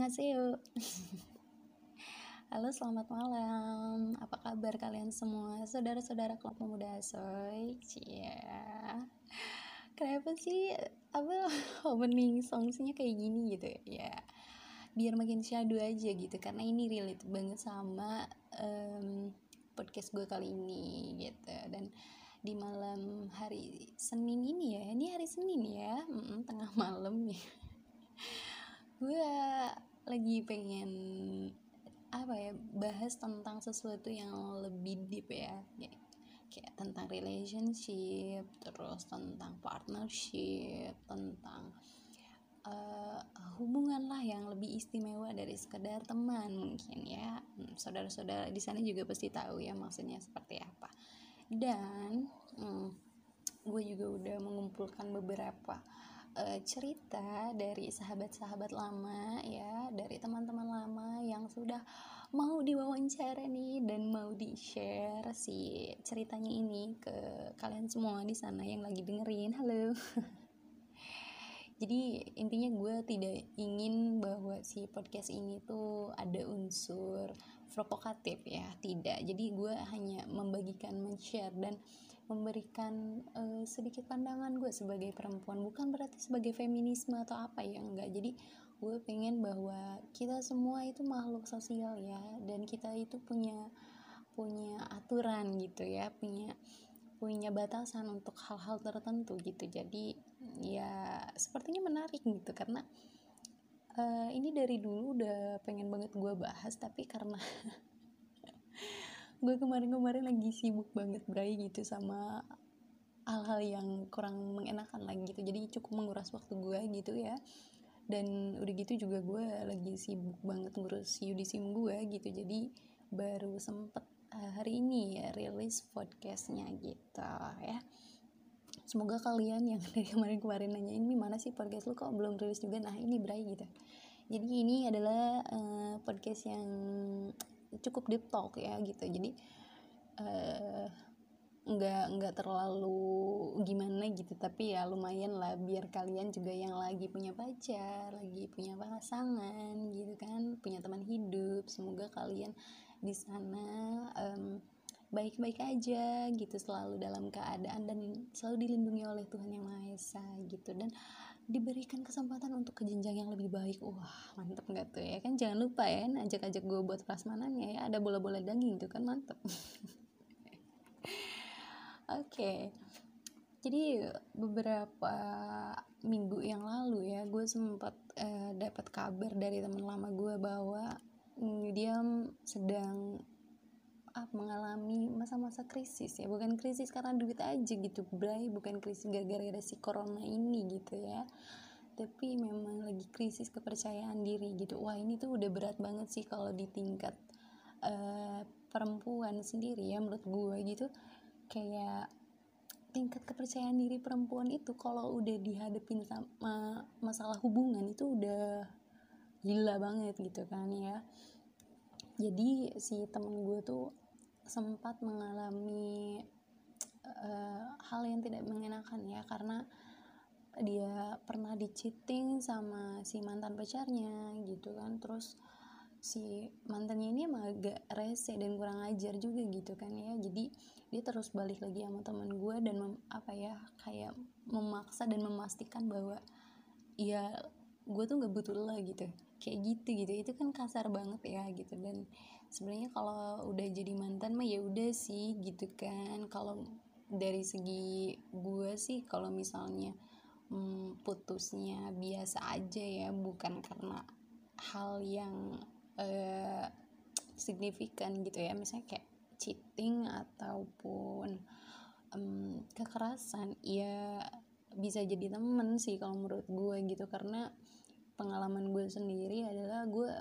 Annyeonghaseyo. Halo, selamat malam. Apa kabar kalian semua? Saudara-saudara kelompok pemuda Asoy. Cia. Kenapa sih opening songsnya kayak gini gitu ya? Biar makin syadu aja gitu, karena ini relate banget sama podcast gue kali ini gitu. Dan di malam hari Senin ini ya, ini hari Senin ya, tengah malam ya. Gue lagi pengen bahas tentang sesuatu yang lebih deep ya, kayak tentang relationship, terus tentang partnership, tentang hubungan lah yang lebih istimewa dari sekedar teman mungkin ya. Saudara-saudara di sana juga pasti tahu ya maksudnya seperti apa. Dan gue juga udah mengumpulkan beberapa cerita dari sahabat-sahabat lama ya, dari teman-teman lama yang sudah mau diwawancara nih dan mau di-share si ceritanya ini ke kalian semua di sana yang lagi dengerin. Halo. Jadi intinya gue tidak ingin bahwa si podcast ini tuh ada unsur provokatif ya, tidak. Jadi gue hanya membagikan, men-share dan memberikan sedikit pandangan gue sebagai perempuan, bukan berarti sebagai feminisme atau apa ya, enggak. Jadi gue pengen bahwa kita semua itu makhluk sosial ya, dan kita itu punya aturan gitu ya, punya batasan untuk hal-hal tertentu gitu. Jadi ya sepertinya menarik gitu, karena ini dari dulu udah pengen banget gue bahas, tapi karena gue kemarin lagi sibuk banget Bray gitu sama hal-hal yang kurang mengenakan lagi gitu, jadi cukup menguras waktu gue gitu ya. Dan udah gitu juga gue lagi sibuk banget ngurus yudisim gue gitu, jadi baru sempet hari ini ya rilis podcastnya gitu ya. Semoga kalian yang dari kemarin nanya ini mana sih podcast lu kok belum rilis juga, nah ini Bray gitu. Jadi ini adalah podcast yang cukup deep talk ya gitu. Jadi nggak terlalu gimana gitu, tapi ya lumayan lah biar kalian juga yang lagi punya pacar, lagi punya pasangan gitu kan, punya teman hidup, semoga kalian di sana baik-baik aja gitu, selalu dalam keadaan dan selalu dilindungi oleh Tuhan Yang Maha Esa gitu, dan diberikan kesempatan untuk ke jenjang yang lebih baik. Wah, mantep nggak tuh ya kan? Jangan lupa ya ajak gue buat prasmanannya ya, ada bola-bola daging tuh kan, mantep. Oke. Jadi beberapa minggu yang lalu ya, gue sempat dapat kabar dari teman lama gue bahwa dia sedang mengalami masa-masa krisis ya, bukan krisis karena duit aja gitu Bray, bukan krisis gara-gara si corona ini gitu ya, tapi memang lagi krisis kepercayaan diri gitu. Wah, ini tuh udah berat banget sih kalau di tingkat perempuan sendiri ya, menurut gue gitu. Kayak tingkat kepercayaan diri perempuan itu kalau udah dihadapin sama masalah hubungan itu udah gila banget gitu kan ya. Jadi si temen gue tuh sempat mengalami hal yang tidak mengenakan ya, karena dia pernah di-cheating sama si mantan pacarnya gitu kan. Terus si mantannya ini emang agak rese dan kurang ajar juga gitu kan ya. Jadi dia terus balik lagi sama teman gue dan kayak memaksa dan memastikan bahwa ya gue tuh nggak butuh lo gitu, kayak gitu. Itu kan kasar banget ya gitu. Dan sebenarnya kalau udah jadi mantan mah ya udah sih gitu kan. Kalau dari segi gue sih, kalau misalnya putusnya biasa aja ya, bukan karena hal yang signifikan gitu ya, misalnya kayak cheating ataupun kekerasan, ya bisa jadi temen sih kalau menurut gue gitu. Karena pengalaman gue sendiri adalah gue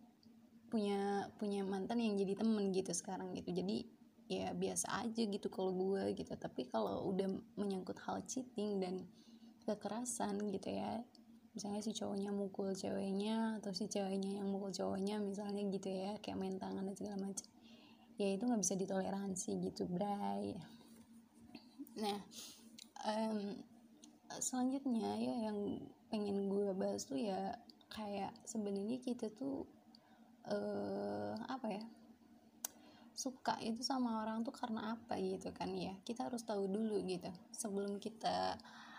punya mantan yang jadi temen gitu sekarang gitu. Jadi ya biasa aja gitu kalau gue gitu. Tapi kalau udah menyangkut hal cheating dan kekerasan gitu ya, misalnya si cowoknya mukul ceweknya atau si ceweknya yang mukul cowoknya misalnya gitu ya, kayak main tangan dan segala macam, ya itu nggak bisa ditoleransi gitu Bray. Nah selanjutnya ya yang pengen gue bahas tuh ya kayak sebenarnya kita tuh apa ya, suka itu sama orang tuh karena apa gitu kan ya. Kita harus tahu dulu gitu sebelum kita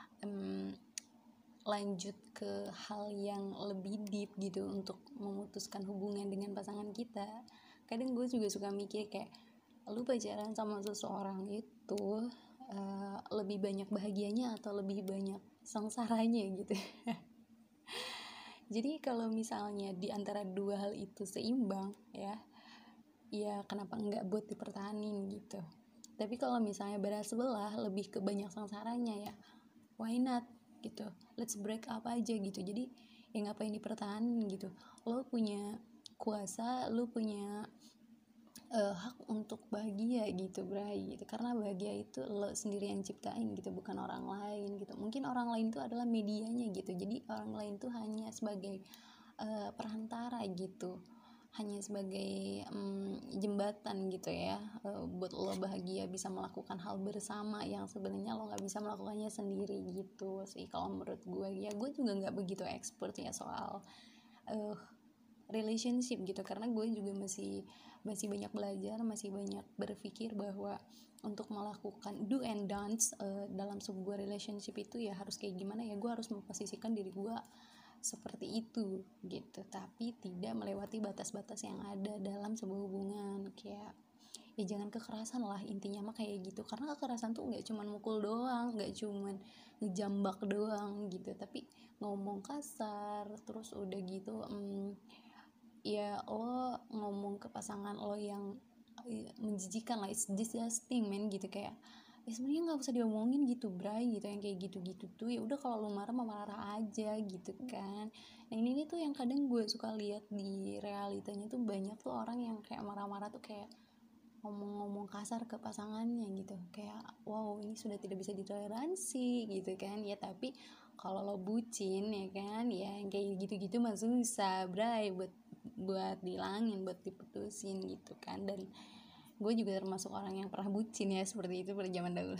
lanjut ke hal yang lebih deep gitu untuk memutuskan hubungan dengan pasangan kita. Kadang gue juga suka mikir kayak, lu pacaran sama seseorang itu lebih banyak bahagianya atau lebih banyak sengsaranya gitu. Jadi kalau misalnya di antara dua hal itu seimbang ya kenapa enggak buat dipertahanin gitu. Tapi kalau misalnya berat sebelah lebih ke banyak sengsaranya ya why not gitu, let's break up aja gitu. Jadi ya ngapain dipertahanin gitu. Lo punya kuasa, lo punya hak untuk bahagia gitu Bray gitu, karena bahagia itu lo sendiri yang ciptain gitu, bukan orang lain gitu. Mungkin orang lain itu adalah medianya gitu, jadi orang lain itu hanya sebagai perantara gitu, hanya sebagai jembatan gitu ya, buat lo bahagia, bisa melakukan hal bersama yang sebenarnya lo nggak bisa melakukannya sendiri gitu sih kalau menurut gue. Ya gue juga nggak begitu expert ya soal relationship gitu, karena gue juga masih banyak belajar, masih banyak berpikir bahwa untuk melakukan do and don'ts dalam sebuah relationship itu ya harus kayak gimana ya. Gue harus memposisikan diri gue seperti itu gitu, tapi tidak melewati batas-batas yang ada dalam sebuah hubungan. Kayak ya jangan kekerasan lah intinya mah kayak gitu, karena kekerasan tuh nggak cuman mukul doang, nggak cuman ngejambak doang gitu, tapi ngomong kasar terus udah gitu ya lo ngomong ke pasangan lo yang menjijikan lah, it's disgusting man gitu. Kayak ya sebenarnya nggak usah diomongin gitu Bray gitu, yang kayak gitu-gitu tuh ya udah kalau lo marah marah aja gitu kan. Nah ini tuh yang kadang gue suka lihat di realitanya tuh, banyak tuh orang yang kayak marah-marah tuh kayak ngomong-ngomong kasar ke pasangannya gitu. Kayak wow ini sudah tidak bisa ditoleransi gitu kan ya. Tapi kalau lo bucin ya kan ya yang kayak gitu-gitu mah susah Bray buat dihilangin, buat diputusin gitu kan. Dan gue juga termasuk orang yang pernah bucin ya seperti itu pada zaman dahulu.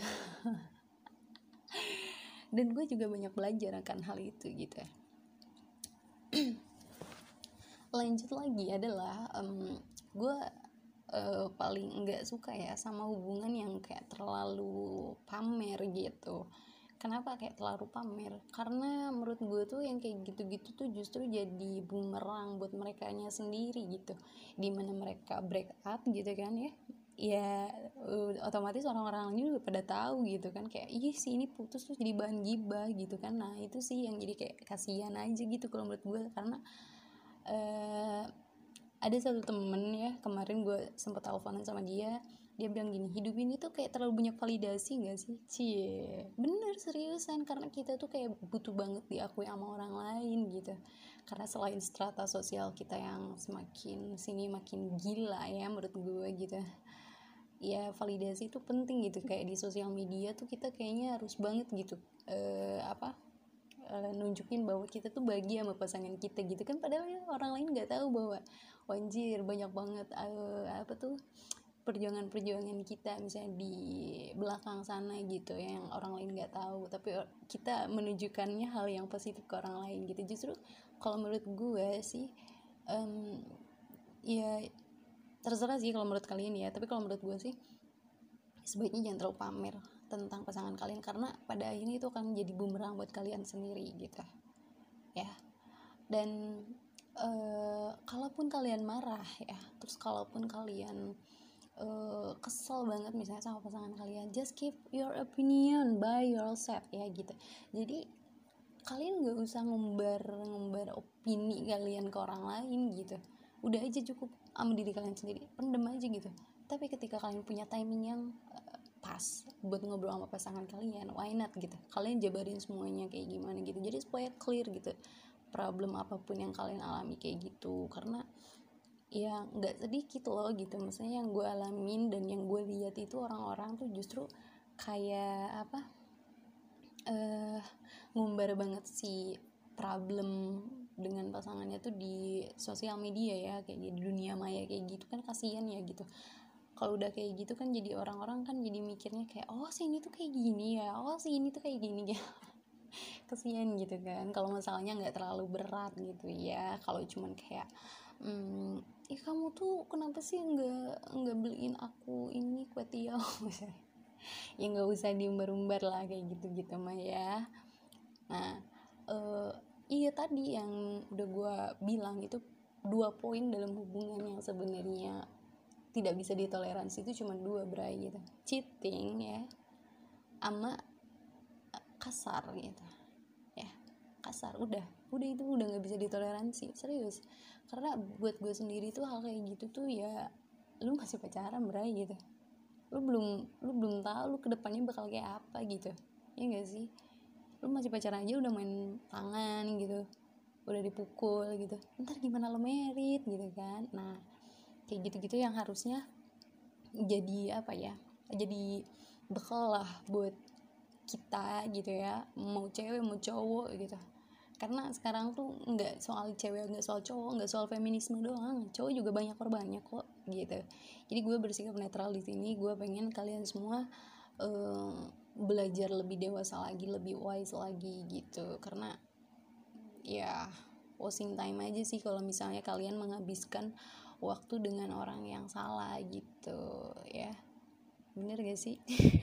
Dan gue juga banyak belajar akan hal itu gitu ya. Lanjut lagi adalah gue paling nggak suka ya sama hubungan yang kayak terlalu pamer gitu. Kenapa kayak terlalu pamer? Karena menurut gue tuh yang kayak gitu-gitu tuh justru jadi bumerang buat merekanya sendiri gitu. Dimana mereka break up gitu kan ya otomatis orang-orang lain juga pada tahu gitu kan, kayak ih si ini putus tuh jadi bahan gibah gitu kan. Nah itu sih yang jadi kayak kasihan aja gitu kalau menurut gue. Karena ada satu temen ya, kemarin gue sempet teleponan sama dia bilang gini, hidup ini tuh kayak terlalu banyak validasi gak sih? Cie, bener seriusan, karena kita tuh kayak butuh banget diakui sama orang lain gitu. Karena selain strata sosial kita yang semakin sini makin gila ya menurut gue gitu ya, validasi itu penting gitu. Kayak di sosial media tuh kita kayaknya harus banget gitu nunjukin bahwa kita tuh bahagia sama pasangan kita gitu kan, padahal ya orang lain nggak tahu bahwa anjir banyak banget perjuangan kita misalnya di belakang sana gitu yang orang lain nggak tahu, tapi kita menunjukkannya hal yang positif ke orang lain gitu. Justru kalau menurut gue sih ya terserah sih kalau menurut kalian ya, tapi kalau menurut gue sih sebaiknya jangan terlalu pamer tentang pasangan kalian, karena pada akhirnya itu akan menjadi bumerang buat kalian sendiri gitu ya. Dan kalaupun kalian marah ya, terus kalaupun kalian kesel banget misalnya sama pasangan kalian, just keep your opinion by yourself ya gitu. Jadi kalian gak usah ngumbar opini kalian ke orang lain gitu, udah aja cukup sama diri kalian sendiri, pendem aja gitu. Tapi ketika kalian punya timing yang pas buat ngobrol sama pasangan kalian, why not gitu, kalian jabarin semuanya kayak gimana gitu, jadi supaya clear gitu problem apapun yang kalian alami kayak gitu. Karena ya nggak sedikit loh gitu, maksudnya yang gue alamin dan yang gue lihat itu orang-orang tuh justru kayak ngumbar banget si problem dengan pasangannya tuh di sosial media ya, kayak di dunia maya kayak gitu kan, kasihan ya gitu. Kalau udah kayak gitu kan jadi orang-orang kan jadi mikirnya kayak oh si ini tuh kayak gini ya, oh si ini tuh kayak gini ya. kesian gitu kan kalau masalahnya nggak terlalu berat gitu ya. Kalau cuman kayak kamu tuh kenapa sih nggak beliin aku ini kue tiaw ya nggak usah diumbar-umbar lah kayak gitu mah ya. Nah iya tadi yang udah gue bilang itu 2 poin dalam hubungan yang sebenarnya tidak bisa ditoleransi itu cuma 2 bray gitu, cheating ya sama kasar gitu ya. Kasar udah itu udah nggak bisa ditoleransi serius. Karena buat gue sendiri tuh hal kayak gitu tuh ya lu masih pacaran bray gitu, lu belum tahu lu kedepannya bakal kayak apa gitu ya nggak sih. Lu masih pacaran aja udah main tangan gitu, udah dipukul gitu, ntar gimana lo merit gitu kan. Nah kayak gitu-gitu yang harusnya jadi apa ya, jadi bekal lah buat kita gitu ya, mau cewek mau cowok gitu. Karena sekarang tuh nggak soal cewek, nggak soal cowok, nggak soal feminisme doang, cowok juga banyak korbannya kok gitu. Jadi gue bersikap netral di sini. Gue pengen kalian semua belajar lebih dewasa lagi, lebih wise lagi gitu. Karena ya wasting time aja sih kalau misalnya kalian menghabiskan waktu dengan orang yang salah gitu ya. Bener gak sih?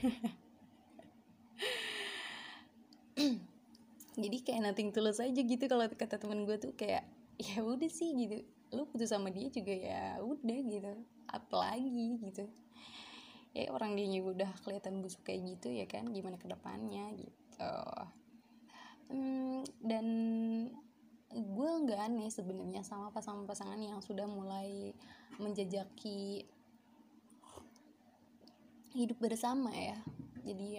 Jadi kayak nothing tulus aja gitu kalau kata temen gue tuh, kayak ya udah sih gitu, lu putus sama dia juga ya udah gitu, apalagi gitu ya. Orang dia udah kelihatan busuk kayak gitu ya kan, gimana ke depannya gitu. Dan gue nggak aneh sebenarnya sama pasangan-pasangan yang sudah mulai menjajaki hidup bersama ya. Jadi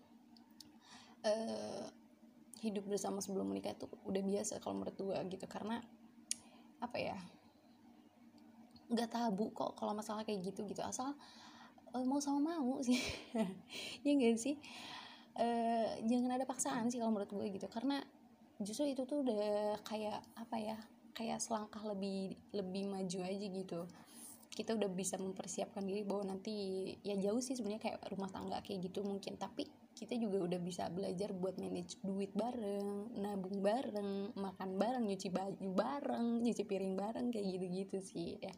hidup bersama sebelum menikah itu udah biasa kalau menurut gue gitu. Karena apa ya, nggak tabu kok kalau masalah kayak gitu asal mau sama mau sih ya nggak sih. Jangan ada paksaan sih kalau menurut gue gitu. Karena justru itu tuh udah kayak apa ya, kayak selangkah lebih maju aja gitu. Kita udah bisa mempersiapkan diri bahwa nanti ya jauh sih sebenarnya kayak rumah tangga kayak gitu mungkin, tapi kita juga udah bisa belajar buat manage duit bareng, nabung bareng, makan bareng, nyuci baju bareng, nyuci piring bareng, kayak gitu-gitu sih ya.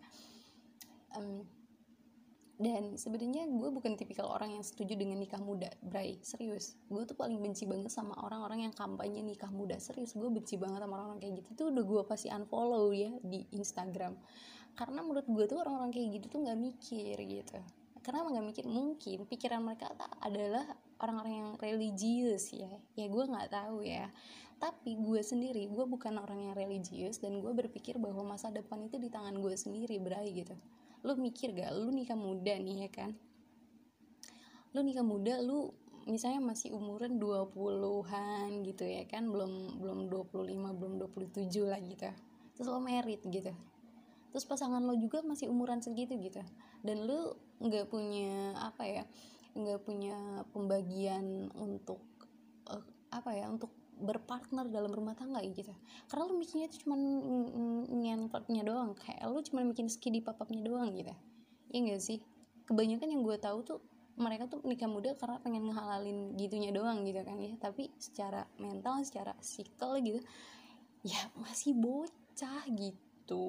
Dan sebenarnya gue bukan tipikal orang yang setuju dengan nikah muda, bray, serius. Gue tuh paling benci banget sama orang-orang yang kampanye nikah muda, serius. Gue benci banget sama orang-orang kayak gitu. Itu udah gue pasti unfollow ya di Instagram. Karena menurut gue tuh orang-orang kayak gitu tuh nggak mikir gitu. Kenapa nggak mikir? Mungkin pikiran mereka adalah orang-orang yang religius ya. Ya gue nggak tahu ya. Tapi gue sendiri, gue bukan orang yang religius, dan gue berpikir bahwa masa depan itu di tangan gue sendiri, bray gitu. Lu mikir gak, lu nikah muda nih ya kan, lu nikah muda, lu misalnya masih umuran 20-an gitu ya kan, belum 25, belum 27 lah gitu, terus lo merit gitu, terus pasangan lo juga masih umuran segitu gitu, dan lu nggak punya apa ya, nggak punya pembagian untuk untuk berpartner dalam rumah tangga gitu. Karena lu mikirnya itu cuma ngenpotnya doang, kayak lu cuma bikin skidi papapnya doang gitu ya nggak sih. Kebanyakan yang gue tahu tuh mereka tuh nikah muda karena pengen ngehalalin gitunya doang gitu kan ya, tapi secara mental, secara psikol gitu ya masih bocah gitu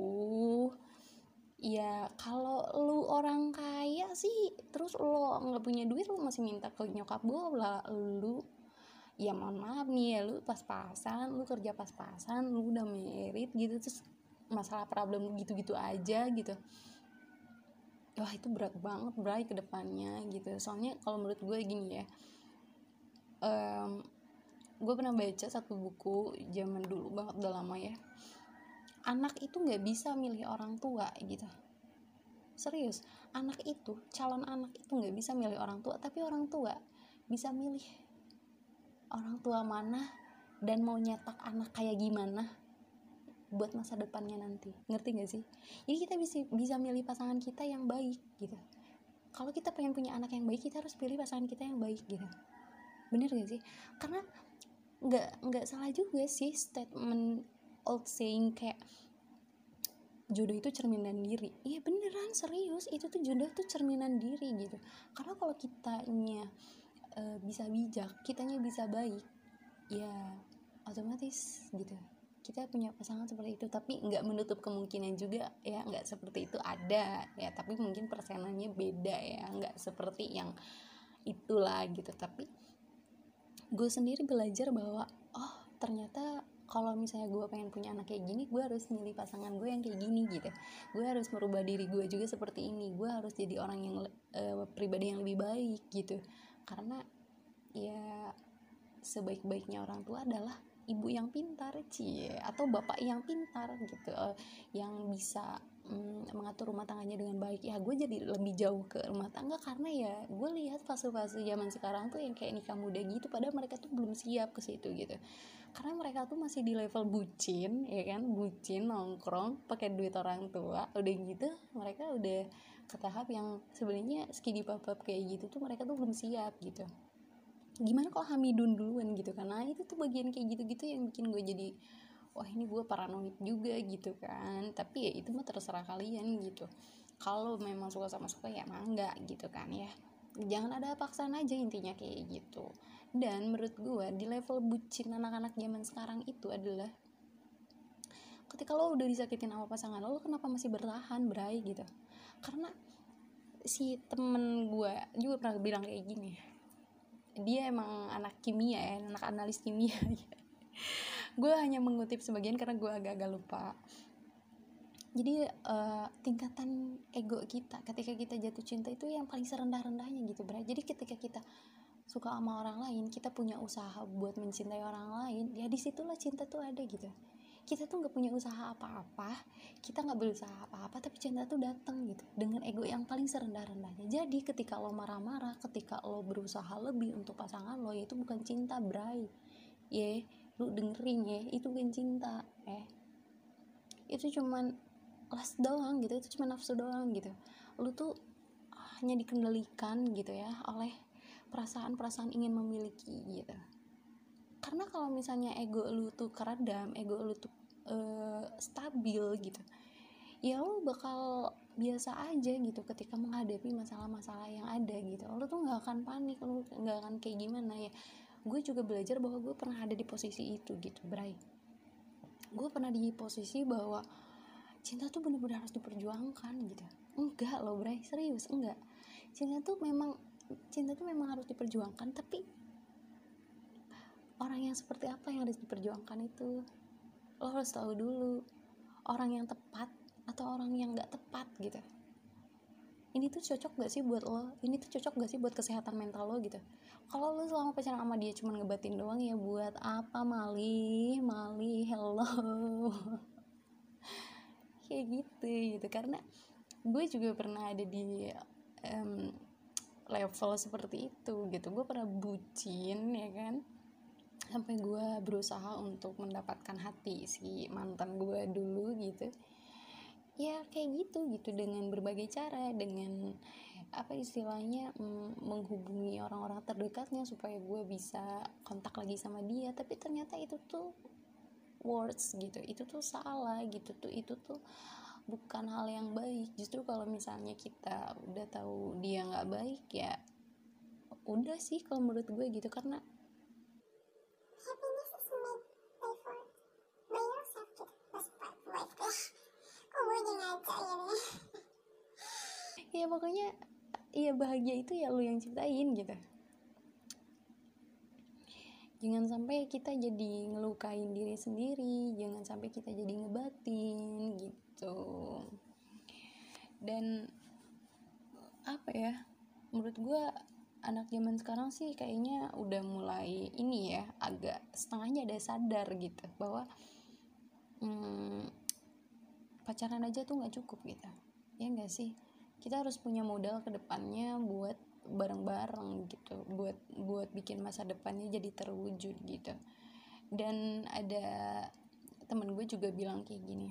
ya. Kalau lu orang kaya sih terus lo nggak punya duit, lu masih minta ke nyokap gue lah, lu ya mohon maaf nih ya, lu pas-pasan, lu kerja pas-pasan, lu udah merit gitu, terus masalah problem gitu-gitu aja gitu. Wah itu berat banget bray ke depannya gitu. Soalnya kalau menurut gue gini ya, gue pernah baca satu buku zaman dulu banget, udah lama ya. Anak itu gak bisa milih orang tua gitu. Serius, anak itu, calon anak itu gak bisa milih orang tua, tapi orang tua bisa milih orang tua mana dan mau nyetak anak kayak gimana buat masa depannya nanti. Ngerti gak sih? Jadi kita bisa milih pasangan kita yang baik gitu. Kalau kita pengen punya anak yang baik, kita harus pilih pasangan kita yang baik gitu. Bener gak sih? Karena nggak salah juga sih statement old saying kayak jodoh itu cerminan diri. Iya beneran, serius, itu tuh jodoh tuh cerminan diri gitu. Karena kalau kitanya bisa bijak, kitanya bisa baik, ya otomatis gitu kita punya pasangan seperti itu. Tapi nggak menutup kemungkinan juga ya nggak seperti itu ada ya, tapi mungkin persenannya beda ya, nggak seperti yang itulah gitu. Tapi gue sendiri belajar bahwa oh ternyata kalau misalnya gue pengen punya anak kayak gini, gue harus milih pasangan gue yang kayak gini gitu. Gue harus merubah diri gue juga seperti ini. Gue harus jadi orang yang pribadi yang lebih baik gitu. Karena ya sebaik-baiknya orang tua adalah ibu yang pintar atau bapak yang pintar gitu, yang bisa mengatur rumah tangganya dengan baik. Ya gue jadi lebih jauh ke rumah tangga karena ya gue lihat fase-fase zaman sekarang tuh yang kayak nikah muda gitu, padahal mereka tuh belum siap ke situ gitu. Karena mereka tuh masih di level bucin ya kan, bucin nongkrong pakai duit orang tua, udah gitu mereka udah ke tahap yang sebenarnya skidi papap kayak gitu tuh mereka tuh belum siap gitu. Gimana kalau Hamidun duluan gitu kan. Nah itu tuh bagian kayak gitu-gitu yang bikin gue jadi wah ini gue paranoid juga gitu kan. Tapi ya itu mah terserah kalian gitu, kalau memang suka sama suka ya mangga gitu kan ya, jangan ada paksaan aja intinya kayak gitu. Dan menurut gue di level bucin anak-anak zaman sekarang itu adalah ketika lo udah disakitin sama pasangan lo kenapa masih bertahan Bray gitu. Karena si temen gue juga pernah bilang kayak gini, dia emang anak kimia ya, anak analis kimia. Gue hanya mengutip sebagian karena gue agak-agak lupa. Jadi tingkatan ego kita ketika kita jatuh cinta itu yang paling serendah-rendahnya gitu Bray. Jadi ketika kita suka sama orang lain, kita punya usaha buat mencintai orang lain, ya disitulah cinta tuh ada gitu. Kita tuh nggak punya usaha apa-apa, kita nggak berusaha apa-apa, tapi cinta tuh datang gitu dengan ego yang paling serendah-rendahnya. Jadi ketika lo marah-marah, ketika lo berusaha lebih untuk pasangan lo, ya itu bukan cinta Bray. Ya lu dengerin ya, itu bukan cinta itu cuman lust doang gitu, itu cuma nafsu doang gitu. Lu tuh hanya dikendalikan gitu ya oleh perasaan-perasaan ingin memiliki gitu. Karena kalau misalnya ego lu tuh keredam, ego lu tuh stabil gitu, ya lu bakal biasa aja gitu ketika menghadapi masalah-masalah yang ada gitu. Lu tuh nggak akan panik, lu nggak akan kayak gimana ya. Gue juga belajar bahwa gue pernah ada di posisi itu gitu Bray. Gue pernah di posisi bahwa cinta tuh benar-benar harus diperjuangkan gitu. Enggak loh Bray, serius enggak. Cinta tuh memang harus diperjuangkan, tapi orang yang seperti apa yang harus diperjuangkan itu lo harus tahu dulu, orang yang tepat atau orang yang nggak tepat gitu. Ini tuh cocok gak sih buat lo, ini tuh cocok gak sih buat kesehatan mental lo gitu. Kalau lo selama pacaran sama dia cuma ngebatin doang, ya buat apa Mali hello. Kayak gitu. Karena gue juga pernah ada di level seperti itu gitu. Gue pernah bucin ya kan, sampai gue berusaha untuk mendapatkan hati si mantan gue dulu gitu. Ya kayak gitu dengan berbagai cara, dengan apa istilahnya menghubungi orang-orang terdekatnya supaya gue bisa kontak lagi sama dia. Tapi ternyata itu tuh words gitu, itu tuh salah gitu tuh, itu tuh bukan hal yang baik. Justru kalau misalnya kita udah tahu dia nggak baik, ya udah sih kalau menurut gue gitu. Karena happiness is made by yourself gitu, pas part life deh. Kok gue jadi ngaca ya nih. ya pokoknya ya bahagia itu ya lu yang ciptain gitu. Jangan sampai kita jadi ngelukain diri sendiri, jangan sampai kita jadi ngebatin gitu. Dan apa ya, menurut gue anak zaman sekarang sih kayaknya udah mulai ini ya, agak setengahnya ada sadar gitu bahwa pacaran aja tuh nggak cukup gitu ya nggak sih. Kita harus punya modal ke depannya buat bareng-bareng gitu, buat bikin masa depannya jadi terwujud gitu. Dan ada temen gue juga bilang kayak gini,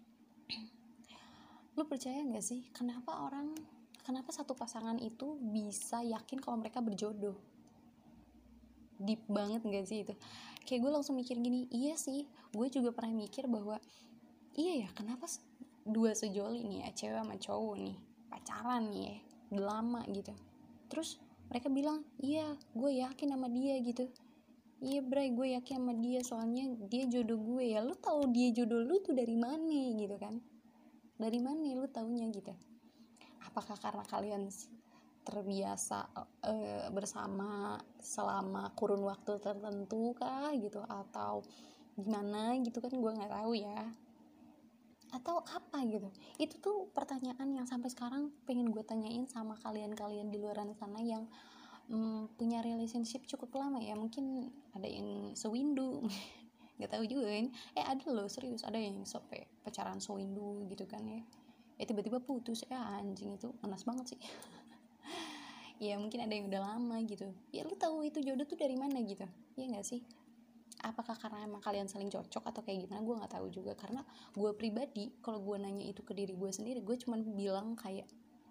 lu percaya nggak sih kenapa satu pasangan itu bisa yakin kalau mereka berjodoh? Deep banget gak sih itu? Kayak gue langsung mikir gini, iya sih, gue juga pernah mikir bahwa iya ya, kenapa dua sejoli nih ya, cewek sama cowok nih pacaran nih ya udah lama gitu, terus mereka bilang iya gue yakin sama dia gitu, Iya Bray, gue yakin sama dia, soalnya dia jodoh gue. Ya lu tahu dia jodoh lu tuh dari mana gitu kan, dari mana lu taunya gitu? Apakah karena kalian terbiasa bersama selama kurun waktu tertentu kah gitu, atau gimana gitu kan, gue nggak tahu ya, atau apa gitu. Itu tuh pertanyaan yang sampai sekarang pengen gue tanyain sama kalian-kalian di luar sana yang punya relationship cukup lama ya. Mungkin ada yang sewindu nggak tahu juga kan. Ada loh, serius ada yang sampai pacaran sewindu gitu kan ya. Tiba-tiba putus, anjing itu panas banget sih. Ya mungkin ada yang udah lama gitu. Ya lu tahu itu jodoh tuh dari mana gitu, ya nggak sih? Apakah karena emang kalian saling cocok atau kayak gimana, gue nggak tahu juga. Karena gue pribadi, kalau gue nanya itu ke diri gue sendiri, gue cuman bilang kayak,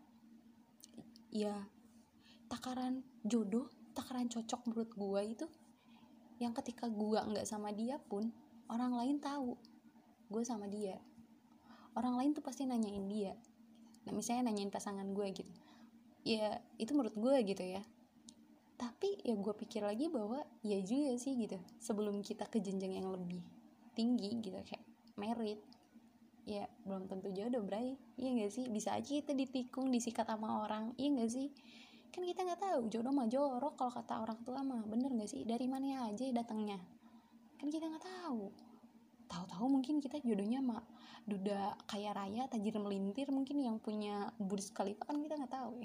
ya takaran jodoh, takaran cocok menurut gue itu yang ketika gue nggak sama dia pun orang lain tahu gue sama dia. Orang lain tuh pasti nanyain dia. Nah misalnya nanyain pasangan gue gitu, ya itu menurut gue gitu ya. Tapi ya gue pikir lagi bahwa ya juga sih gitu, sebelum kita ke jenjang yang lebih tinggi gitu kayak merit, ya belum tentu jodoh Bray. Iya gak sih? Bisa aja kita ditikung, disikat sama orang, iya gak sih? Kan kita gak tahu, jodoh mah jorok kalau kata orang tua mah, bener gak sih? Dari mana aja datangnya, kan kita gak tahu. Tahu-tahu mungkin kita jodohnya mah duda kaya raya, tajir melintir, mungkin yang punya Burj Khalifa, kan kita gak tahu.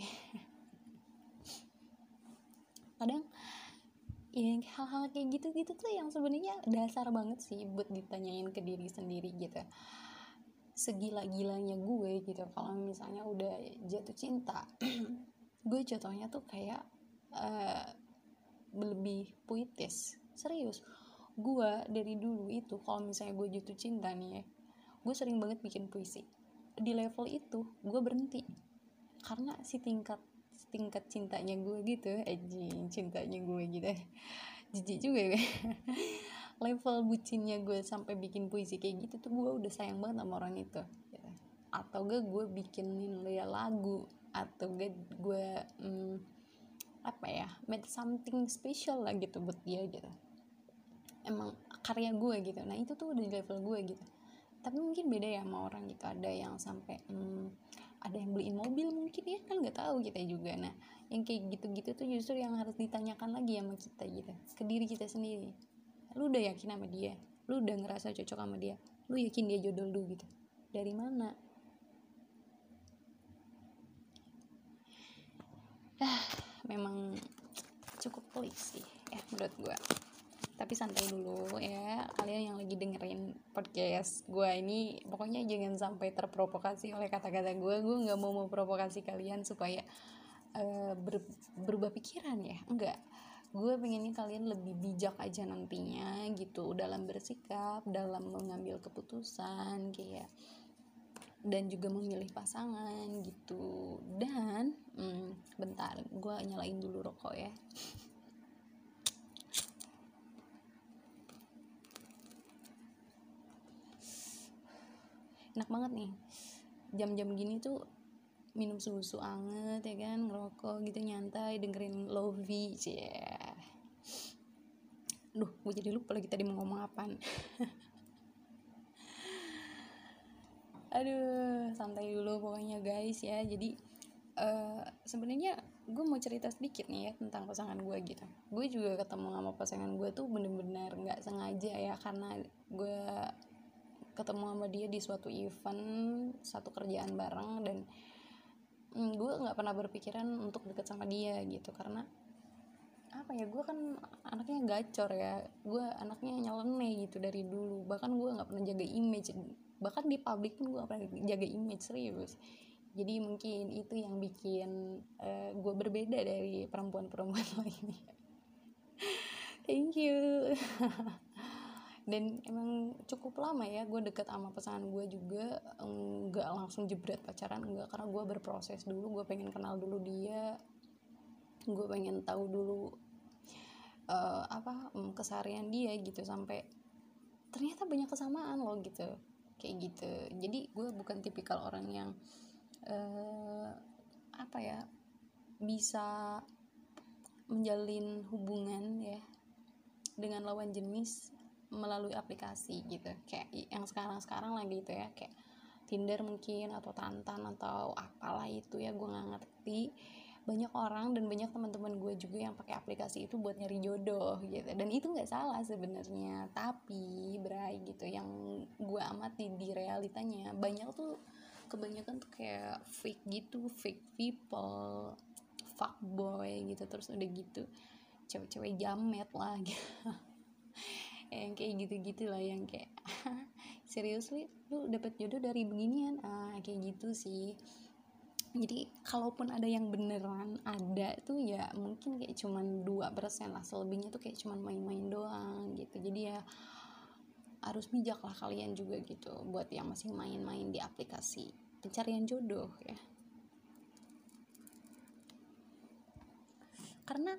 Kadang ya hal-hal kayak gitu tuh yang sebenarnya dasar banget sih buat ditanyain ke diri sendiri gitu. Segila-gilanya gue gitu kalau misalnya udah jatuh cinta, gue contohnya tuh kayak lebih puitis. Serius, gue dari dulu itu kalau misalnya gue jatuh cinta nih ya, gue sering banget bikin puisi. Di level itu gue berhenti karena si tingkat cintanya gue gitu, cintanya gue gitu, jijik juga ya. Level bucinnya gue sampai bikin puisi kayak gitu tuh, gue udah sayang banget sama orang itu gitu. Atau gue bikinin dia lagu, atau gue apa ya, made something special lah gitu buat dia gitu, emang karya gue gitu. Nah itu tuh udah di level gue gitu. Tapi mungkin beda ya sama orang gitu, ada yang sampai ada yang beliin mobil mungkin ya, kan nggak tahu kita juga. Nah yang kayak gitu-gitu tuh justru yang harus ditanyakan lagi sama kita gitu, ke diri kita sendiri. Lu udah yakin sama dia? Lu udah ngerasa cocok sama dia? Lu yakin dia jodoh lu gitu? Dari mana? Memang cukup pelik sih ya menurut gue. Tapi santai dulu ya kalian yang lagi dengerin podcast gue ini. Pokoknya jangan sampai terprovokasi oleh kata-kata gue. Gue gak mau memprovokasi kalian supaya berubah pikiran ya, enggak. Gue pengennya kalian lebih bijak aja nantinya gitu dalam bersikap, dalam mengambil keputusan kayak, dan juga memilih pasangan gitu. Dan bentar, gue nyalain dulu rokok ya. Enak banget nih jam-jam gini tuh minum susu anget ya kan, ngerokok gitu nyantai, dengerin Lofi. Yeah. Gue jadi lupa lagi tadi mau ngomong apaan. Santai dulu pokoknya guys ya. Jadi sebenarnya gue mau cerita sedikit nih ya tentang pasangan gue gitu. Gue juga ketemu sama pasangan gue tuh bener-bener nggak sengaja ya, karena gue ketemu sama dia di suatu event, satu kerjaan bareng, dan gue nggak pernah berpikiran untuk deket sama dia gitu. Karena apa ya, gue kan anaknya gacor ya, gue anaknya nyeleneh gitu dari dulu. Bahkan gue nggak pernah jaga image, bahkan di publik pun gue nggak pernah jaga image, serius. Jadi mungkin itu yang bikin gue berbeda dari perempuan-perempuan lainnya. Thank you. Dan emang cukup lama ya gue deket sama pasangan gue juga, nggak langsung jebret pacaran, enggak. Karena gue berproses dulu, gue pengen kenal dulu dia, gue pengen tahu dulu keseharian dia gitu, sampai ternyata banyak kesamaan loh gitu, kayak gitu. Jadi gue bukan tipikal orang yang bisa menjalin hubungan ya dengan lawan jenis melalui aplikasi gitu, kayak yang sekarang lagi itu ya, kayak Tinder mungkin atau Tantan atau apalah itu ya, gue nggak ngerti. Banyak orang dan banyak teman-teman gue juga yang pakai aplikasi itu buat nyari jodoh gitu, dan itu nggak salah sebenarnya. Tapi Bray gitu, yang gue amati di realitanya banyak tuh, kebanyakan tuh kayak fake gitu, fake people, fuckboy gitu, terus udah gitu cewek-cewek jamet lah gitu. Yang kayak gitu-gitu lah, yang kayak seriously lu dapet jodoh dari beginian, kayak gitu sih. Jadi kalaupun ada yang beneran ada tuh ya mungkin kayak cuman 2% lah, selebihnya tuh kayak cuman main-main doang gitu. Jadi ya harus bijak lah kalian juga gitu buat yang masih main-main di aplikasi pencarian jodoh ya. Karena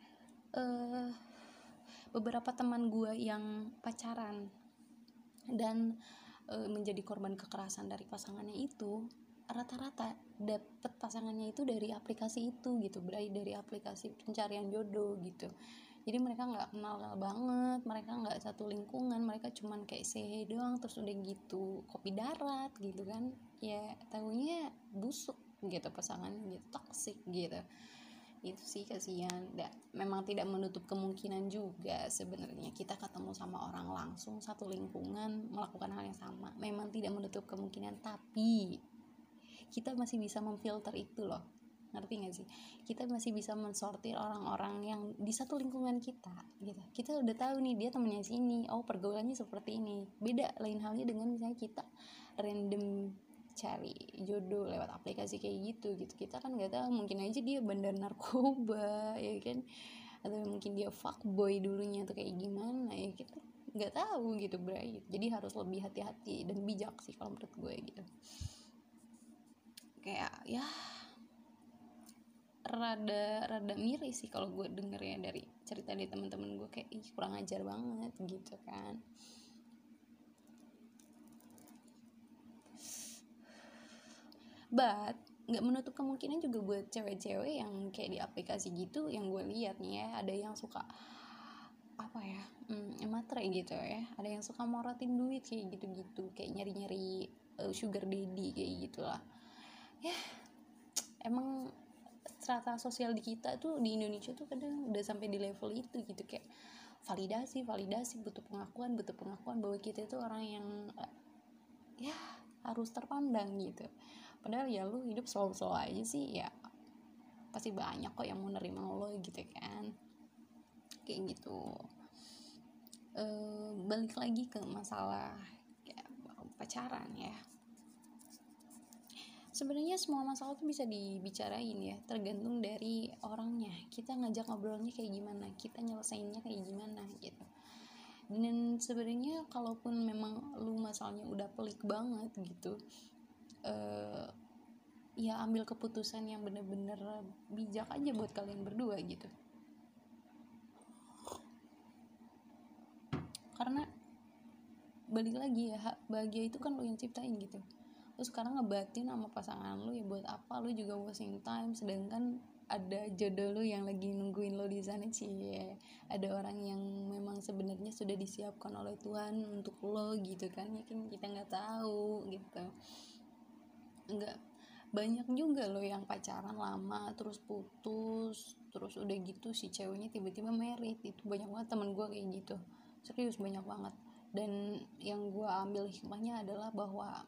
beberapa teman gue yang pacaran dan menjadi korban kekerasan dari pasangannya itu, rata-rata dapet pasangannya itu dari aplikasi itu gitu, dari aplikasi pencarian jodoh gitu. Jadi mereka nggak kenal banget, mereka nggak satu lingkungan, mereka cuman kayak say doang, terus udah gitu kopi darat gitu kan ya, tahunya busuk gitu pasangannya gitu, toxic gitu. Itu sih kasihan. Memang tidak menutup kemungkinan juga sebenarnya kita ketemu sama orang langsung satu lingkungan melakukan hal yang sama, memang tidak menutup kemungkinan, tapi kita masih bisa memfilter itu loh, ngerti gak sih? Kita masih bisa mensortir orang-orang yang di satu lingkungan kita gitu. Kita udah tahu nih dia temennya sini, oh pergaulannya seperti ini. Beda lain halnya dengan misalnya kita random cari jodoh lewat aplikasi kayak gitu. Kita kan nggak tahu, mungkin aja dia bandar narkoba ya kan, atau mungkin dia fuckboy dulunya atau kayak gimana ya, kita nggak tahu gitu Bray. Jadi harus lebih hati-hati dan bijak sih kalau menurut gue gitu. Kayak ya rada miris sih kalau gue denger ya dari cerita dari teman-teman gue, kayak ih kurang ajar banget gitu kan. But nggak menutup kemungkinan juga buat cewek-cewek yang kayak di aplikasi gitu, yang gue lihat nih ya, ada yang suka apa ya, matre gitu ya, ada yang suka morotin duit kayak gitu-gitu, kayak nyari-nyari sugar daddy kayak gitulah ya. Emang strata sosial di kita tuh di Indonesia tuh kadang udah sampai di level itu gitu, kayak validasi butuh pengakuan bahwa kita itu orang yang ya harus terpandang gitu. Padahal ya lu hidup slow aja sih ya, pasti banyak kok yang mau nerima lo gitu kan, kayak gitu. Balik lagi ke masalah ya, pacaran ya, sebenarnya semua masalah tuh bisa dibicarain ya, tergantung dari orangnya, kita ngajak ngobrolnya kayak gimana, kita nyelesainnya kayak gimana gitu. Dan sebenarnya kalaupun memang lu masalahnya udah pelik banget gitu, ya ambil keputusan yang bener-bener bijak aja buat kalian berdua gitu. Karena balik lagi ya, bahagia itu kan lo yang ciptain gitu. Terus sekarang ngebatin sama pasangan lo ya buat apa, lo juga wasting time, sedangkan ada jodoh lo yang lagi nungguin lo di sana sih ya. Ada orang yang memang sebenarnya sudah disiapkan oleh Tuhan untuk lo gitu kan ya, kan kita nggak tahu gitu. Nggak banyak juga lo yang pacaran lama terus putus, terus udah gitu si ceweknya tiba-tiba married. Itu banyak banget temen gue kayak gitu, serius banyak banget. Dan yang gue ambil hikmahnya adalah bahwa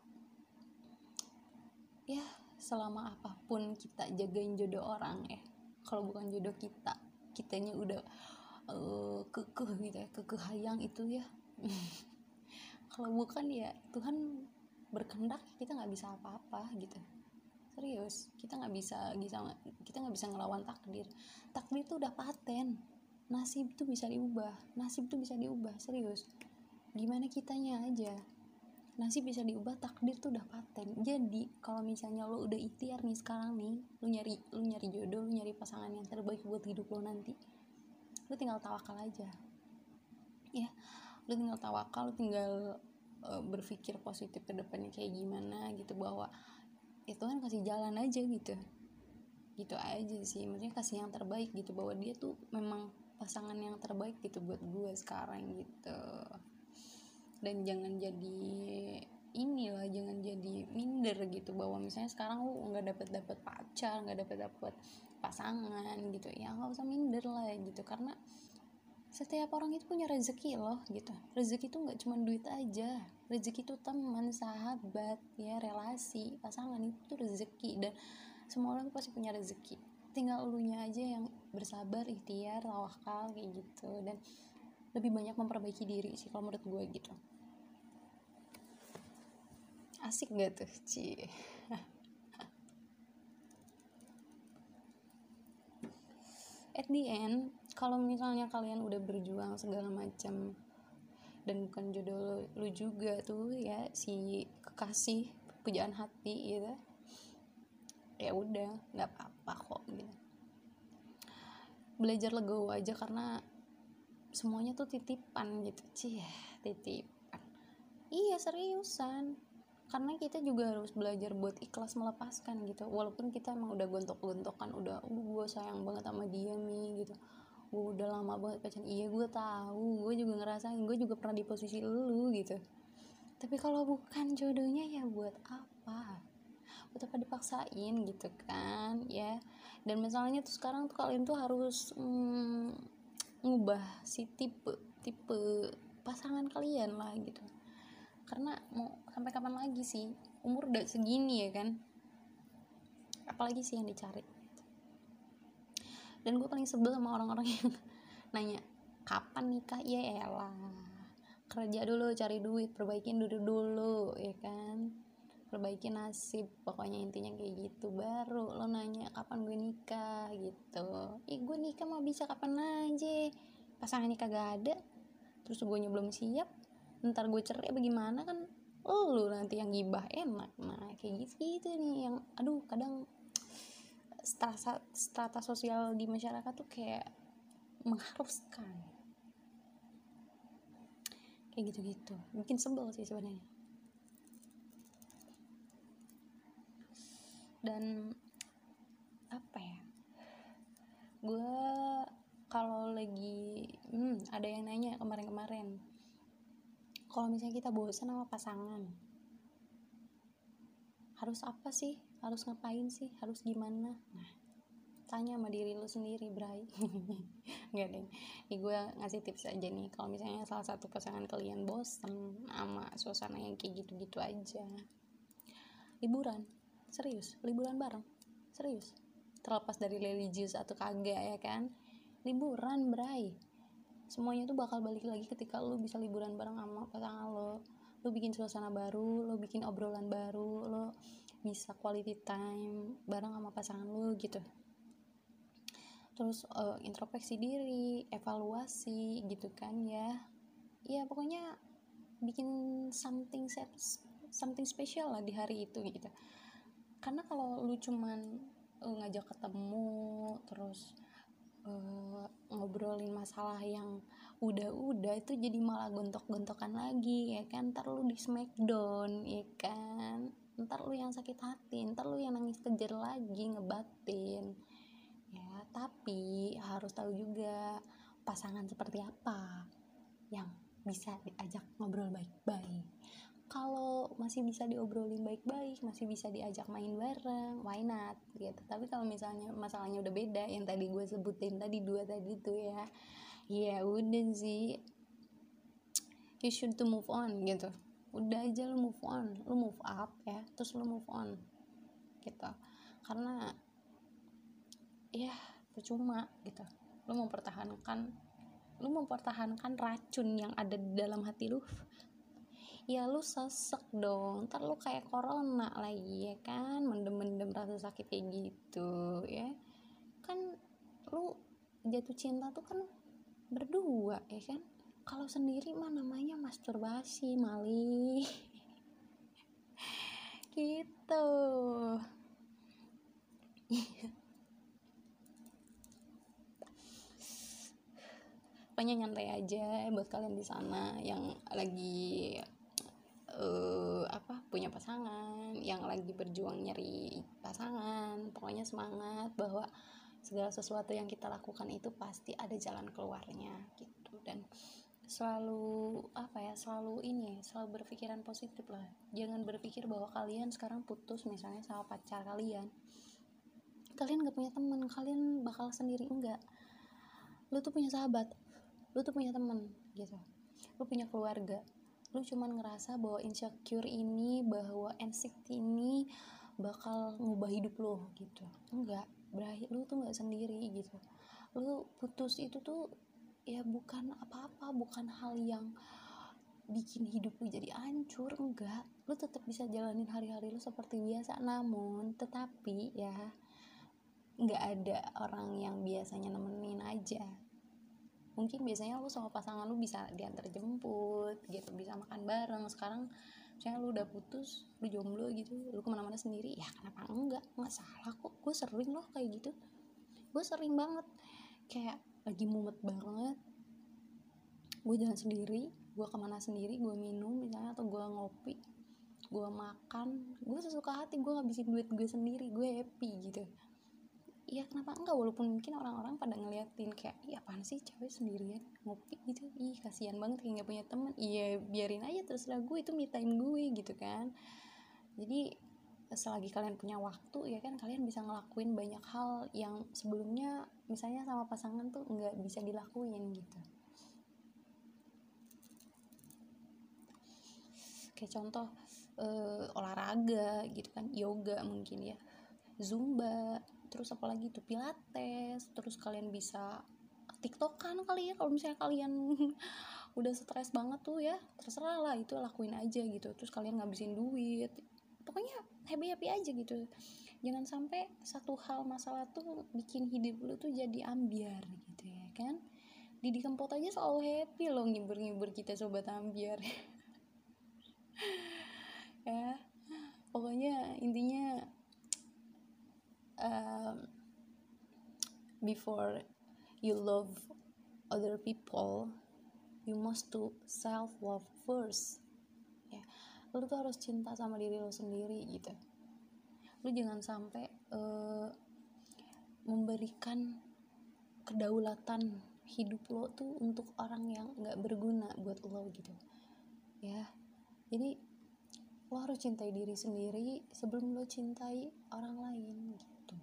ya selama apapun kita jagain jodoh orang ya, kalau bukan jodoh kitanya udah kekeh gitu ya, kekehayang itu ya kalau bukan ya Tuhan berkehendak, kita nggak bisa apa-apa gitu. Serius, kita nggak bisa ngelawan takdir tuh udah paten. Nasib tuh bisa diubah, serius. Gimana kitanya aja, nasib bisa diubah, takdir tuh udah paten. Jadi kalau misalnya lo udah ikhtiar nih sekarang nih, lo nyari jodoh, lo nyari pasangan yang terbaik buat hidup lo nanti, lo tinggal tawakal aja ya. Lo tinggal tawakal, lo tinggal berpikir positif ke depannya kayak gimana gitu, bahwa itu kan kasih jalan aja gitu aja sih, maksudnya kasih yang terbaik gitu, bahwa dia tuh memang pasangan yang terbaik gitu buat gue sekarang gitu. Dan jangan jadi jangan jadi minder gitu, bahwa misalnya sekarang lu nggak dapet pacar, nggak dapet pasangan gitu ya, nggak usah minder lah gitu, karena setiap orang itu punya rezeki loh gitu. Rezeki itu nggak cuma duit aja, rezeki itu teman, sahabat ya, relasi, pasangan itu rezeki, dan semua orang pasti punya rezeki, tinggal elunya aja yang bersabar, ikhtiar, tawakal kayak gitu, dan lebih banyak memperbaiki diri sih kalau menurut gue gitu. Asik gak tuh, Ci? At the end, kalau misalnya kalian udah berjuang segala macam dan bukan jodoh lu juga tuh ya, si kekasih pujaan hati gitu, ya udah nggak apa-apa kok gitu. Belajar legowo aja, karena semuanya tuh titipan gitu, titipan. Iya, seriusan, karena kita juga harus belajar buat ikhlas melepaskan gitu, walaupun kita emang udah gontok-gontokan, udah gue sayang banget sama dia nih gitu, gue udah lama banget pacaran. Iya, gue tahu, gue juga ngerasain, gue juga pernah di posisi lu gitu. Tapi kalau bukan jodohnya ya buat apa dipaksain gitu kan ya. Dan masalahnya tuh sekarang tuh kalian tuh harus ngubah si tipe pasangan kalian lah gitu, karena mau sampai kapan lagi sih, umur udah segini ya kan, apalagi sih yang dicari. Dan gue paling sebel sama orang-orang yang nanya kapan nikah. Ya elah, kerja dulu, cari duit, perbaikin dulu ya kan, perbaiki nasib, pokoknya intinya kayak gitu, baru lo nanya kapan gue nikah gitu. Gue nikah mah bisa kapan aja, pasangan nikah gak ada, terus gue belum siap, ntar gue cerai bagaimana, kan lu nanti yang gibah enak. Nah kayak gitu nih yang aduh, kadang strata sosial di masyarakat tuh kayak mengharuskan kayak gitu-gitu, bikin sebel sih sebenarnya. Dan apa ya, gue kalau lagi ada yang nanya kemarin kalau misalnya kita bosan sama pasangan, harus apa sih, harus ngapain sih, harus gimana? Nah, tanya sama diri lu sendiri, Bray. Enggak deh, ini gue ngasih tips aja nih, kalau misalnya salah satu pasangan kalian bosan sama suasana yang kayak gitu-gitu aja, liburan bareng, serius, terlepas dari religius atau kagak ya kan, liburan, Bray. Semuanya tuh bakal balik lagi ketika lu bisa liburan bareng sama pasangan lo. Lu bikin suasana baru, lu bikin obrolan baru, lu bisa quality time bareng sama pasangan lu gitu. Terus introspeksi diri, evaluasi gitu kan ya. Ya pokoknya bikin something special lah di hari itu gitu. Karena kalau lu cuman ngajak ketemu terus ngobrolin masalah yang udah itu jadi malah gontok-gontokan lagi ya kan, ntar lu di smackdown ya kan, ntar lu yang sakit hati, ntar lu yang nangis kejer lagi, ngebatin ya. Tapi harus tahu juga pasangan seperti apa yang bisa diajak ngobrol baik-baik. Kalau masih bisa diobrolin baik-baik, masih bisa diajak main bareng, why not gitu. Tapi kalau misalnya masalahnya udah beda, yang tadi gue sebutin tadi, dua tadi tuh ya udah sih, you should to move on gitu. Udah aja lu move on, lu move up ya, terus lu move on gitu. Karena ya percuma gitu, lu mempertahankan racun yang ada di dalam hati lu, ya lu sesek dong, ntar lu kayak corona lagi ya kan, mendem rasa sakit kayak gitu ya kan. Lu jatuh cinta tuh kan berdua ya kan, kalau sendiri mah namanya masturbasi mali. Gitu. Pokoknya nyantai aja buat kalian di sana yang lagi punya pasangan, yang lagi berjuang nyari pasangan. Pokoknya semangat, bahwa segala sesuatu yang kita lakukan itu pasti ada jalan keluarnya gitu. Dan selalu selalu berpikiran positif lah. Jangan berpikir bahwa kalian sekarang putus misalnya sama pacar kalian gak punya teman, kalian bakal sendiri. Enggak, lu tuh punya sahabat, lu tuh punya teman gitu, lu punya keluarga. Lu cuman ngerasa bahwa insecure ini, bahwa anxiety ini bakal ngubah hidup lo gitu. Enggak, berakhir lu tuh nggak sendiri gitu. Lu putus itu tuh ya bukan apa-apa, bukan hal yang bikin hidup lu jadi hancur. Enggak, lu tetap bisa jalanin hari-hari lu seperti biasa. Namun tetapi ya nggak ada orang yang biasanya nemenin aja. Mungkin biasanya lu sama pasangan lu bisa diantar jemput gitu, bisa makan bareng. Sekarang misalnya lu udah putus, lu jomblo gitu, lu kemana-mana sendiri, ya kenapa enggak salah kok. Gue sering loh kayak gitu, gue sering banget kayak lagi mumet banget, gue jalan sendiri, gue kemana sendiri, gue minum misalnya, atau gue ngopi, gue makan, gue sesuka hati, gue ngabisin duit gue sendiri, gue happy gitu. Ya kenapa enggak, walaupun mungkin orang-orang pada ngeliatin kayak iya apaan sih cewek sendirian ngopi gitu, ih kasihan banget kayak gak punya teman. Iya biarin aja, terserah gue, itu me time gue gitu kan. Jadi selagi kalian punya waktu ya kan, kalian bisa ngelakuin banyak hal yang sebelumnya misalnya sama pasangan tuh nggak bisa dilakuin gitu. Kayak contoh olahraga gitu kan, yoga mungkin ya, zumba, terus apalagi tuh pilates. Terus kalian bisa tiktokan kali ya, kalau misalnya kalian udah stres banget tuh ya, terserah lah, itu lakuin aja gitu. Terus kalian ngabisin duit, pokoknya happy aja gitu. Jangan sampai satu hal masalah tuh bikin hidup lu tuh jadi ambiar gitu ya kan. Didi Kempot aja selalu happy loh ngibur-ngibur kita sobat ambiar. Ya pokoknya intinya before you love other people, you must to self love first ya. Lu tuh harus cinta sama diri lu sendiri gitu. Lu jangan sampai memberikan kedaulatan hidup lo tuh untuk orang yang nggak berguna buat lo gitu ya. Jadi lo harus cintai diri sendiri sebelum lo cintai orang lain gitu.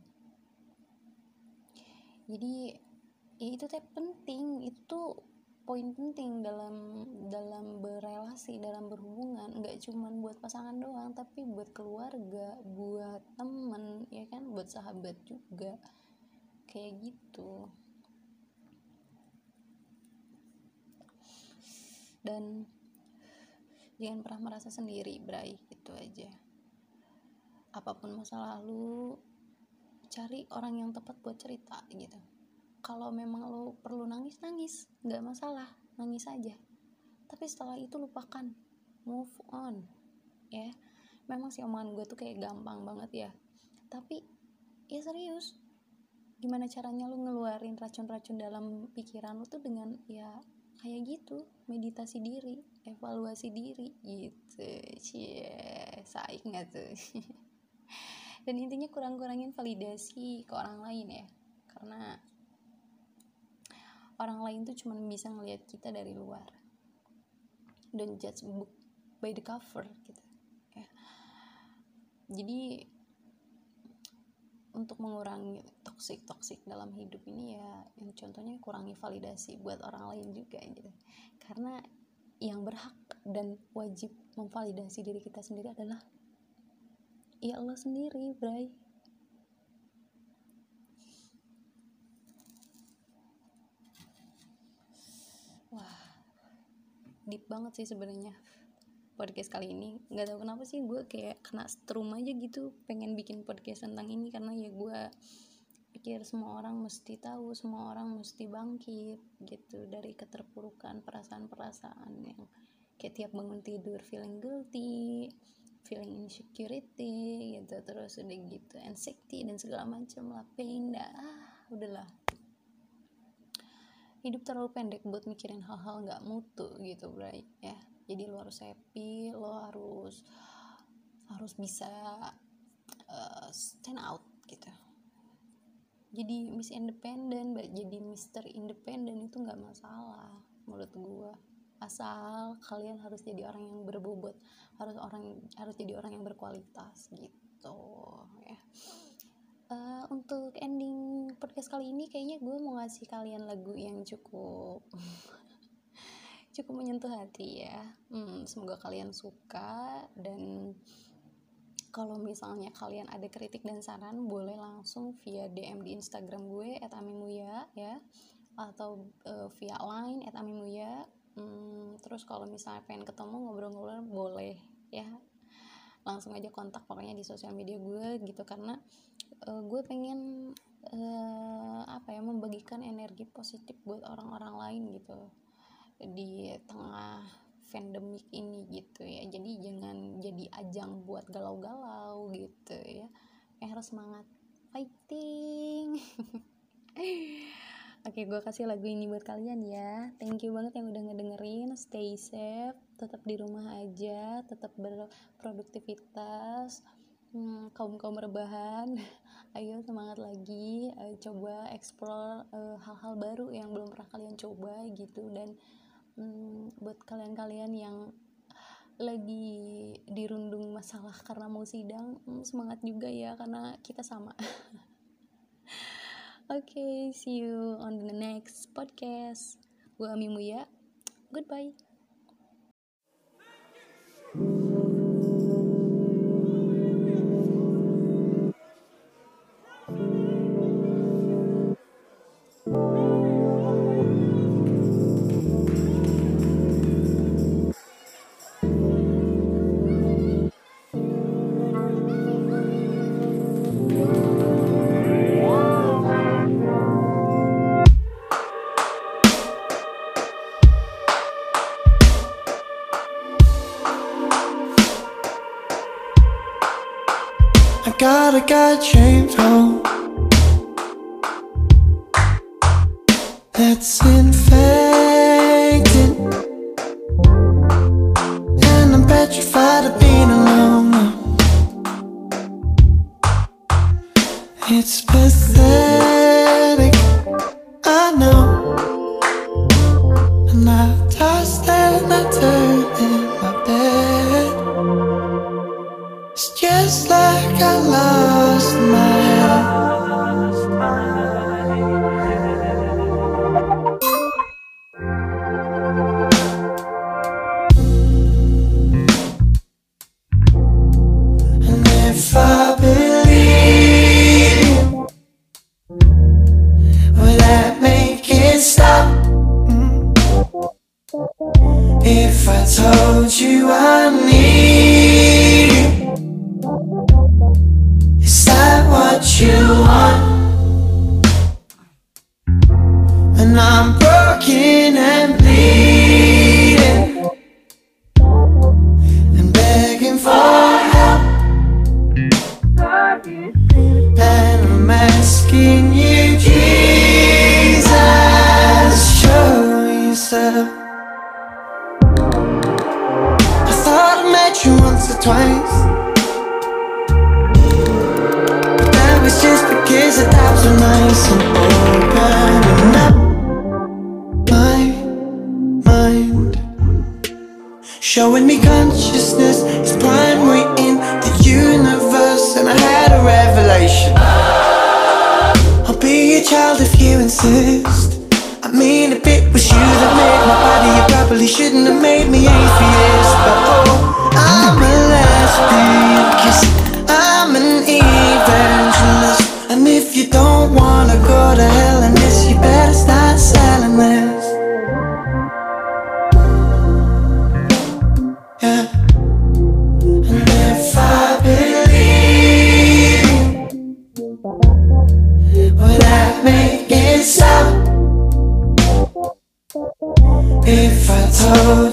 Jadi ya itu penting, itu poin penting dalam berelasi, dalam berhubungan. Nggak cuman buat pasangan doang, tapi buat keluarga, buat temen ya kan, buat sahabat juga kayak gitu. Dan jangan pernah merasa sendiri, Bray, itu aja. Apapun masa lalu, cari orang yang tepat buat cerita gitu. Kalau memang lo perlu nangis, nggak masalah, nangis aja. Tapi setelah itu lupakan, move on ya. Memang sih omongan gue tuh kayak gampang banget ya, tapi ya serius, gimana caranya lo ngeluarin racun-racun dalam pikiran lo tuh dengan ya kayak gitu, meditasi diri, evaluasi diri gitu. Saik nggak tuh? Dan intinya kurangin validasi ke orang lain ya, karena orang lain tuh cuma bisa ngelihat kita dari luar. Don't judge book by the cover gitu ya. Jadi untuk mengurangi toksik dalam hidup ini ya, yang contohnya kurangi validasi buat orang lain juga gitu. Karena yang berhak dan wajib memvalidasi diri kita sendiri adalah ya Allah sendiri, Bray. Wah, deep banget sih sebenarnya podcast kali ini. Nggak tahu kenapa sih gue kayak kena strum aja gitu, pengen bikin podcast tentang ini. Karena ya gue pikir semua orang mesti tahu, semua orang mesti bangkit gitu dari keterpurukan perasaan-perasaan yang kayak tiap bangun tidur feeling guilty, feeling insecurity gitu, terus udah gitu anxiety dan segala macam lah, pain dah. Udahlah, hidup terlalu pendek buat mikirin hal-hal nggak mutu gitu, Bray ya. Jadi lo harus happy, lo harus bisa stand out gitu. jadi Miss Independent, jadi Mister Independent itu nggak masalah menurut gue, asal kalian harus jadi orang yang berbobot, harus jadi orang yang berkualitas gitu ya. Untuk ending podcast kali ini kayaknya gue mau ngasih kalian lagu yang cukup menyentuh hati ya. Semoga kalian suka, dan kalau misalnya kalian ada kritik dan saran boleh langsung via DM di Instagram gue @amimuya ya, atau via line @amimuya. Terus kalau misalnya pengen ketemu ngobrol-ngobrol boleh ya, langsung aja kontak pokoknya di sosial media gue gitu, karena gue pengen membagikan energi positif buat orang-orang lain gitu di tengah pandemik ini gitu ya. Jadi jangan jadi ajang buat galau-galau gitu ya, harus semangat, fighting. Oke, gue kasih lagu ini buat kalian ya. Thank you banget yang udah ngedengerin. Stay safe, tetap di rumah aja, tetap berproduktivitas. Kaum rebahan, ayo semangat lagi, coba explore hal-hal baru yang belum pernah kalian coba gitu. Dan buat kalian yang lagi dirundung masalah karena mau sidang, semangat juga ya, karena kita sama. Oke, see you on the next podcast. Gue Amimuya, goodbye. I got James home that's infected, and I'm petrified of being alone. It's pathetic, I know, and I tossed and I turned in my bed. It's just like I lost my head. And if I believe, will that make it stop? If I told you I need you, is that what you want? And I'm broken and bleeding and begging for help, and I'm asking you, Jesus, show yourself. I thought I met you once or twice, it's just because the times are nice and opening up my mind, showing me consciousness is primary in the universe, and I had a revelation. I'll be your child if you insist. I mean, if it was you that made my body, you probably shouldn't have made me atheist. But oh, I'm a lesbian, 'cause I'm an evangelist. And if you don't wanna go to hell in this, you better start selling this. Yeah. And if I believe, will that make it stop? If I told